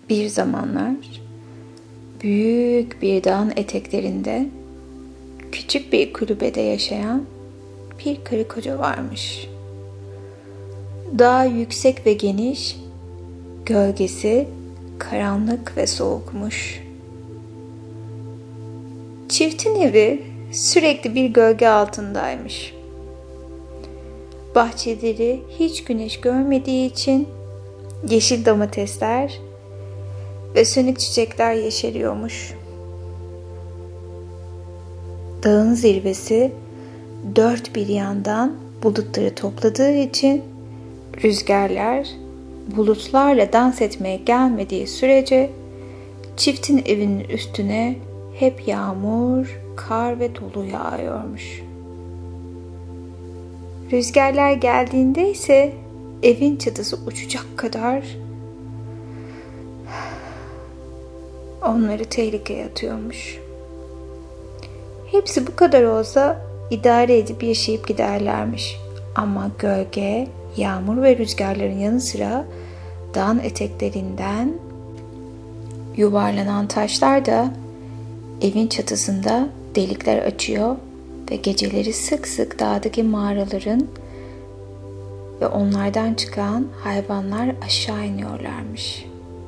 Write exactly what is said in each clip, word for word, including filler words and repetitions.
Bir zamanlar büyük bir dağın eteklerinde küçük bir kulübede yaşayan bir karı koca varmış. Dağ yüksek ve geniş, gölgesi karanlık ve soğukmuş. Çiftin evi sürekli bir gölge altındaymış. Bahçeleri hiç güneş görmediği için yeşil domatesler ve sönük çiçekler yeşeriyormuş. Dağın zirvesi dört bir yandan bulutları topladığı için rüzgarlar bulutlarla dans etmeye gelmediği sürece çiftin evinin üstüne hep yağmur, kar ve dolu yağıyormuş. Rüzgarlar geldiğinde ise evin çatısı uçacak kadar onları tehlikeye atıyormuş. Hepsi bu kadar olsa idare edip yaşayıp giderlermiş. Ama gölge, yağmur ve rüzgarların yanı sıra dağın eteklerinden yuvarlanan taşlar da evin çatısında delikler açıyor ve geceleri sık sık dağdaki mağaraların ve onlardan çıkan hayvanlar aşağı iniyorlarmış.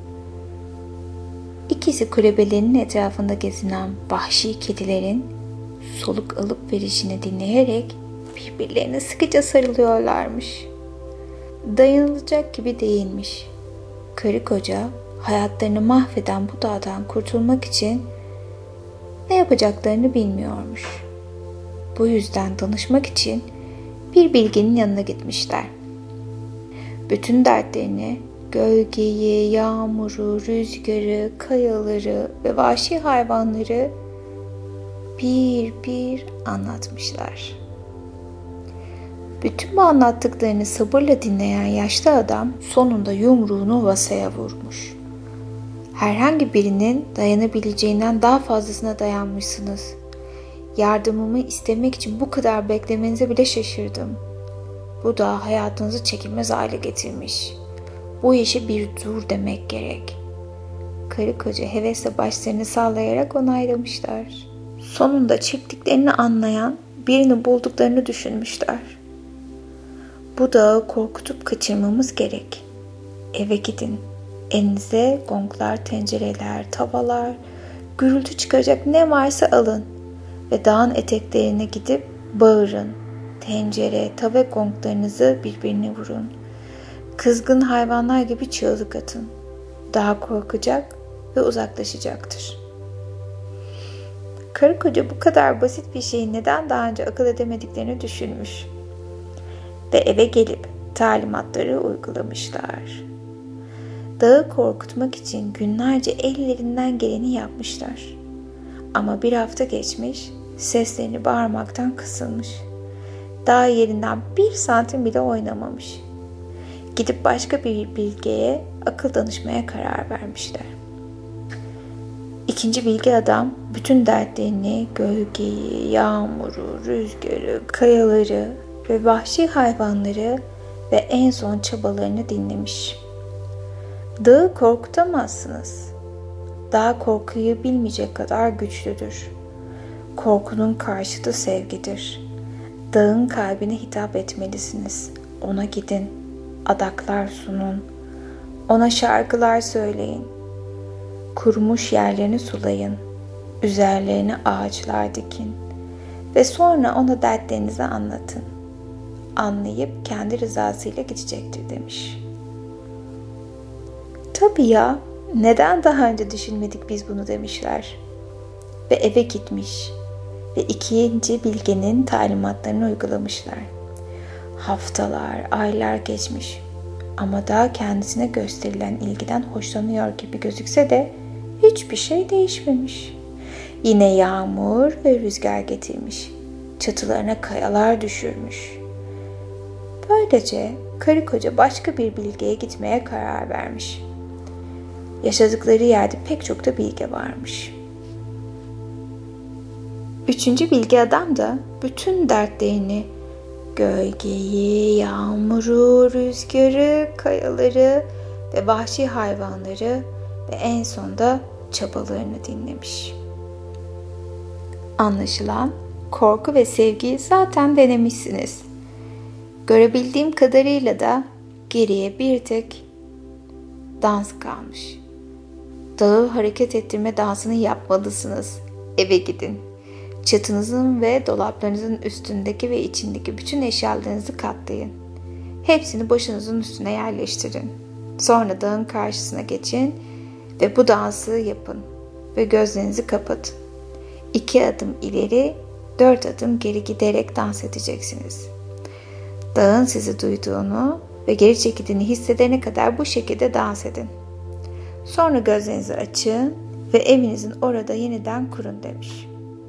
İkisi kulübelerinin etrafında gezinen vahşi kedilerin soluk alıp verişini dinleyerek birbirlerine sıkıca sarılıyorlarmış. Dayanılacak gibi değilmiş. Karı koca hayatlarını mahveden bu dağdan kurtulmak için ne yapacaklarını bilmiyormuş. Bu yüzden danışmak için bir bilginin yanına gitmişler. Bütün dertlerini, gölgeyi, yağmuru, rüzgarı, kayaları ve vahşi hayvanları bir bir anlatmışlar. Bütün bu anlattıklarını sabırla dinleyen yaşlı adam sonunda yumruğunu masaya vurmuş. Herhangi birinin dayanabileceğinden daha fazlasına dayanmışsınız. Yardımımı istemek için bu kadar beklemenize bile şaşırdım. Bu da hayatınızı çekilmez hale getirmiş. Bu işe bir dur demek gerek. Karı koca hevesle başlarını sallayarak onaylamışlar. Sonunda çektiklerini anlayan birini bulduklarını düşünmüşler. Bu dağı korkutup kaçırmamız gerek. Eve gidin. Elinize gonglar, tencereler, tavalar, gürültü çıkaracak ne varsa alın ve dağın eteklerine gidip bağırın. Tencere, tava gonglarınızı birbirine vurun. Kızgın hayvanlar gibi çığlık atın. Dağ korkacak ve uzaklaşacaktır. Karı koca bu kadar basit bir şeyi neden daha önce akıl edemediklerini düşünmüş ve eve gelip talimatları uygulamışlar. Dağı korkutmak için günlerce ellerinden geleni yapmışlar. Ama bir hafta geçmiş, seslerini bağırmaktan kısılmış. Dağ yerinden bir santim bile oynamamış. Gidip başka bir bilgeye akıl danışmaya karar vermişler. İkinci bilge adam bütün dertlerini, gölgeyi, yağmuru, rüzgarı, kayaları ve vahşi hayvanları ve en son çabalarını dinlemiş. Dağı korkutamazsınız. Dağ korkuyu bilmeyecek kadar güçlüdür. Korkunun karşıtı sevgidir. Dağın kalbine hitap etmelisiniz. Ona gidin, adaklar sunun. Ona şarkılar söyleyin. Kurumuş yerlerini sulayın. Üzerlerine ağaçlar dikin. Ve sonra ona dertlerinizi anlatın. Anlayıp kendi rızasıyla gidecektir demiş. Tabii ya, neden daha önce düşünmedik biz bunu demişler. Ve eve gitmiş ve ikinci bilgenin talimatlarını uygulamışlar. Haftalar, aylar geçmiş ama daha kendisine gösterilen ilgiden hoşlanıyor gibi gözükse de hiçbir şey değişmemiş. Yine yağmur ve rüzgar getirmiş. Çatılarına kayalar düşürmüş. Böylece karı koca başka bir bilgeye gitmeye karar vermiş. Yaşadıkları yerde pek çok da bilge varmış. Üçüncü bilge adam da bütün dertlerini, gölgeyi, yağmuru, rüzgarı, kayaları ve vahşi hayvanları ve en sonda çabalarını dinlemiş. Anlaşılan korku ve sevgiyi zaten denemişsiniz. Görebildiğim kadarıyla da geriye bir tek dans kalmış. Dağı hareket ettirme dansını yapmalısınız. Eve gidin. Çatınızın ve dolaplarınızın üstündeki ve içindeki bütün eşyalarınızı katlayın. Hepsini başınızın üstüne yerleştirin. Sonra dağın karşısına geçin ve bu dansı yapın ve gözlerinizi kapatın. İki adım ileri, dört adım geri giderek dans edeceksiniz. Dağın sizi duyduğunu ve geri çekildiğini hissedene kadar bu şekilde dans edin. Sonra gözlerinizi açın ve evinizin orada yeniden kurun demiş.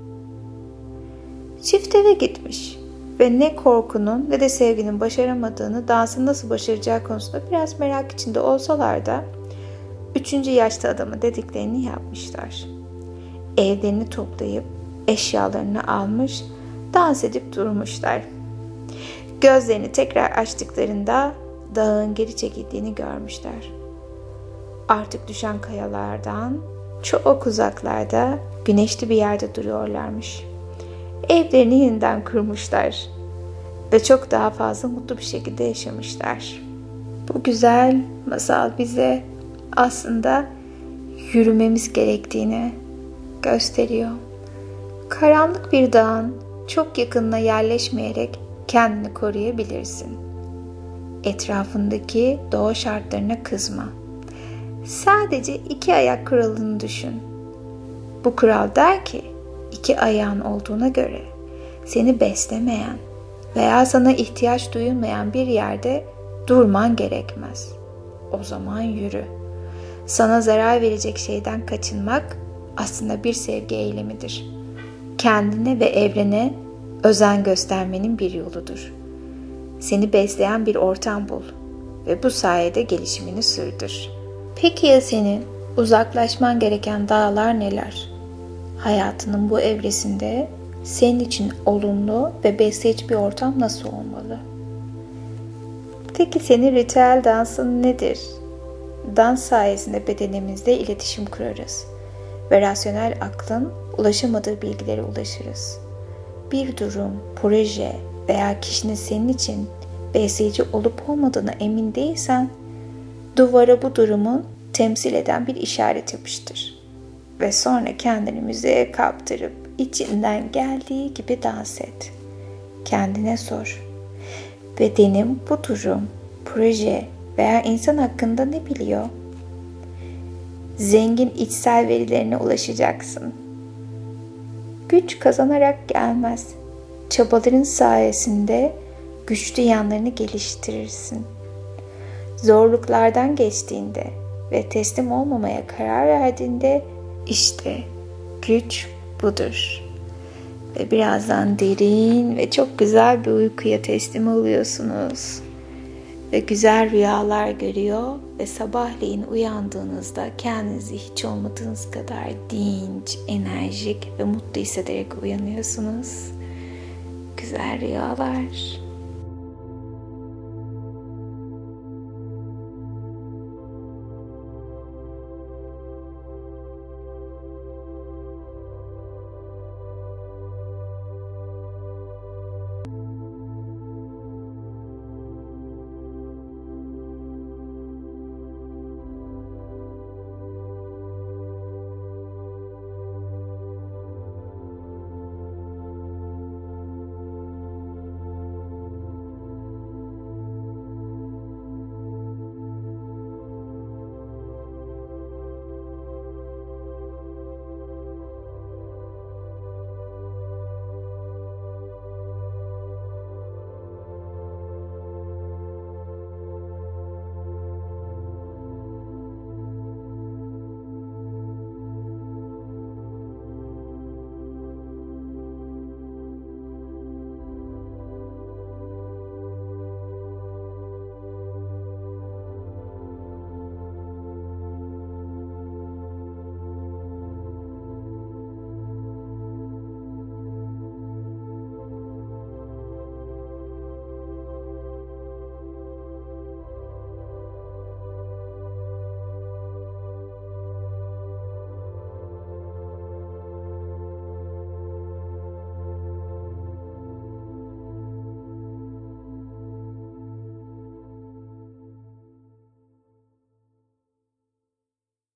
Çift eve gitmiş ve ne korkunun ne de sevginin başaramadığını, dansın nasıl başaracağı konusunda biraz merak içinde olsalar da üçüncü yaşta adamı dediklerini yapmışlar. Evlerini toplayıp eşyalarını almış, dans edip durmuşlar. Gözlerini tekrar açtıklarında dağın geri çekildiğini görmüşler. Artık düşen kayalardan çok uzaklarda güneşli bir yerde duruyorlarmış. Evlerini yeniden kurmuşlar ve çok daha fazla mutlu bir şekilde yaşamışlar. Bu güzel masal bize aslında yürümemiz gerektiğini gösteriyor. Karanlık bir dağın çok yakınına yerleşmeyerek kendini koruyabilirsin. Etrafındaki doğa şartlarına kızma. Sadece iki ayak kuralını düşün. Bu kural der ki, iki ayağın olduğuna göre seni beslemeyen veya sana ihtiyaç duyulmayan bir yerde durman gerekmez. O zaman yürü. Sana zarar verecek şeyden kaçınmak aslında bir sevgi eylemidir. Kendine ve evrene özen göstermenin bir yoludur. Seni besleyen bir ortam bul ve bu sayede gelişimini sürdür. Peki ya senin uzaklaşman gereken dağlar neler? Hayatının bu evresinde senin için olumlu ve besleyici bir ortam nasıl olmalı? Peki senin ritüel dansın nedir? Dans sayesinde bedenimizle iletişim kurarız ve rasyonel aklın ulaşamadığı bilgilere ulaşırız. Bir durum, proje veya kişinin senin için besleyici olup olmadığına emin değilsen, duvara bu durumu temsil eden bir işaret yapıştır. Ve sonra kendini müziğe kaptırıp içinden geldiği gibi dans et. Kendine sor. Bedenim bu durum, proje veya insan hakkında ne biliyor? Zengin içsel verilerine ulaşacaksın. Güç kazanarak gelmez. Çabaların sayesinde güçlü yanlarını geliştirirsin. Zorluklardan geçtiğinde ve teslim olmamaya karar verdiğinde işte güç budur. Ve birazdan derin ve çok güzel bir uykuya teslim oluyorsunuz. Ve güzel rüyalar görüyor ve sabahleyin uyandığınızda kendinizi hiç olmadığınız kadar dinç, enerjik ve mutlu hissederek uyanıyorsunuz. Güzel rüyalar.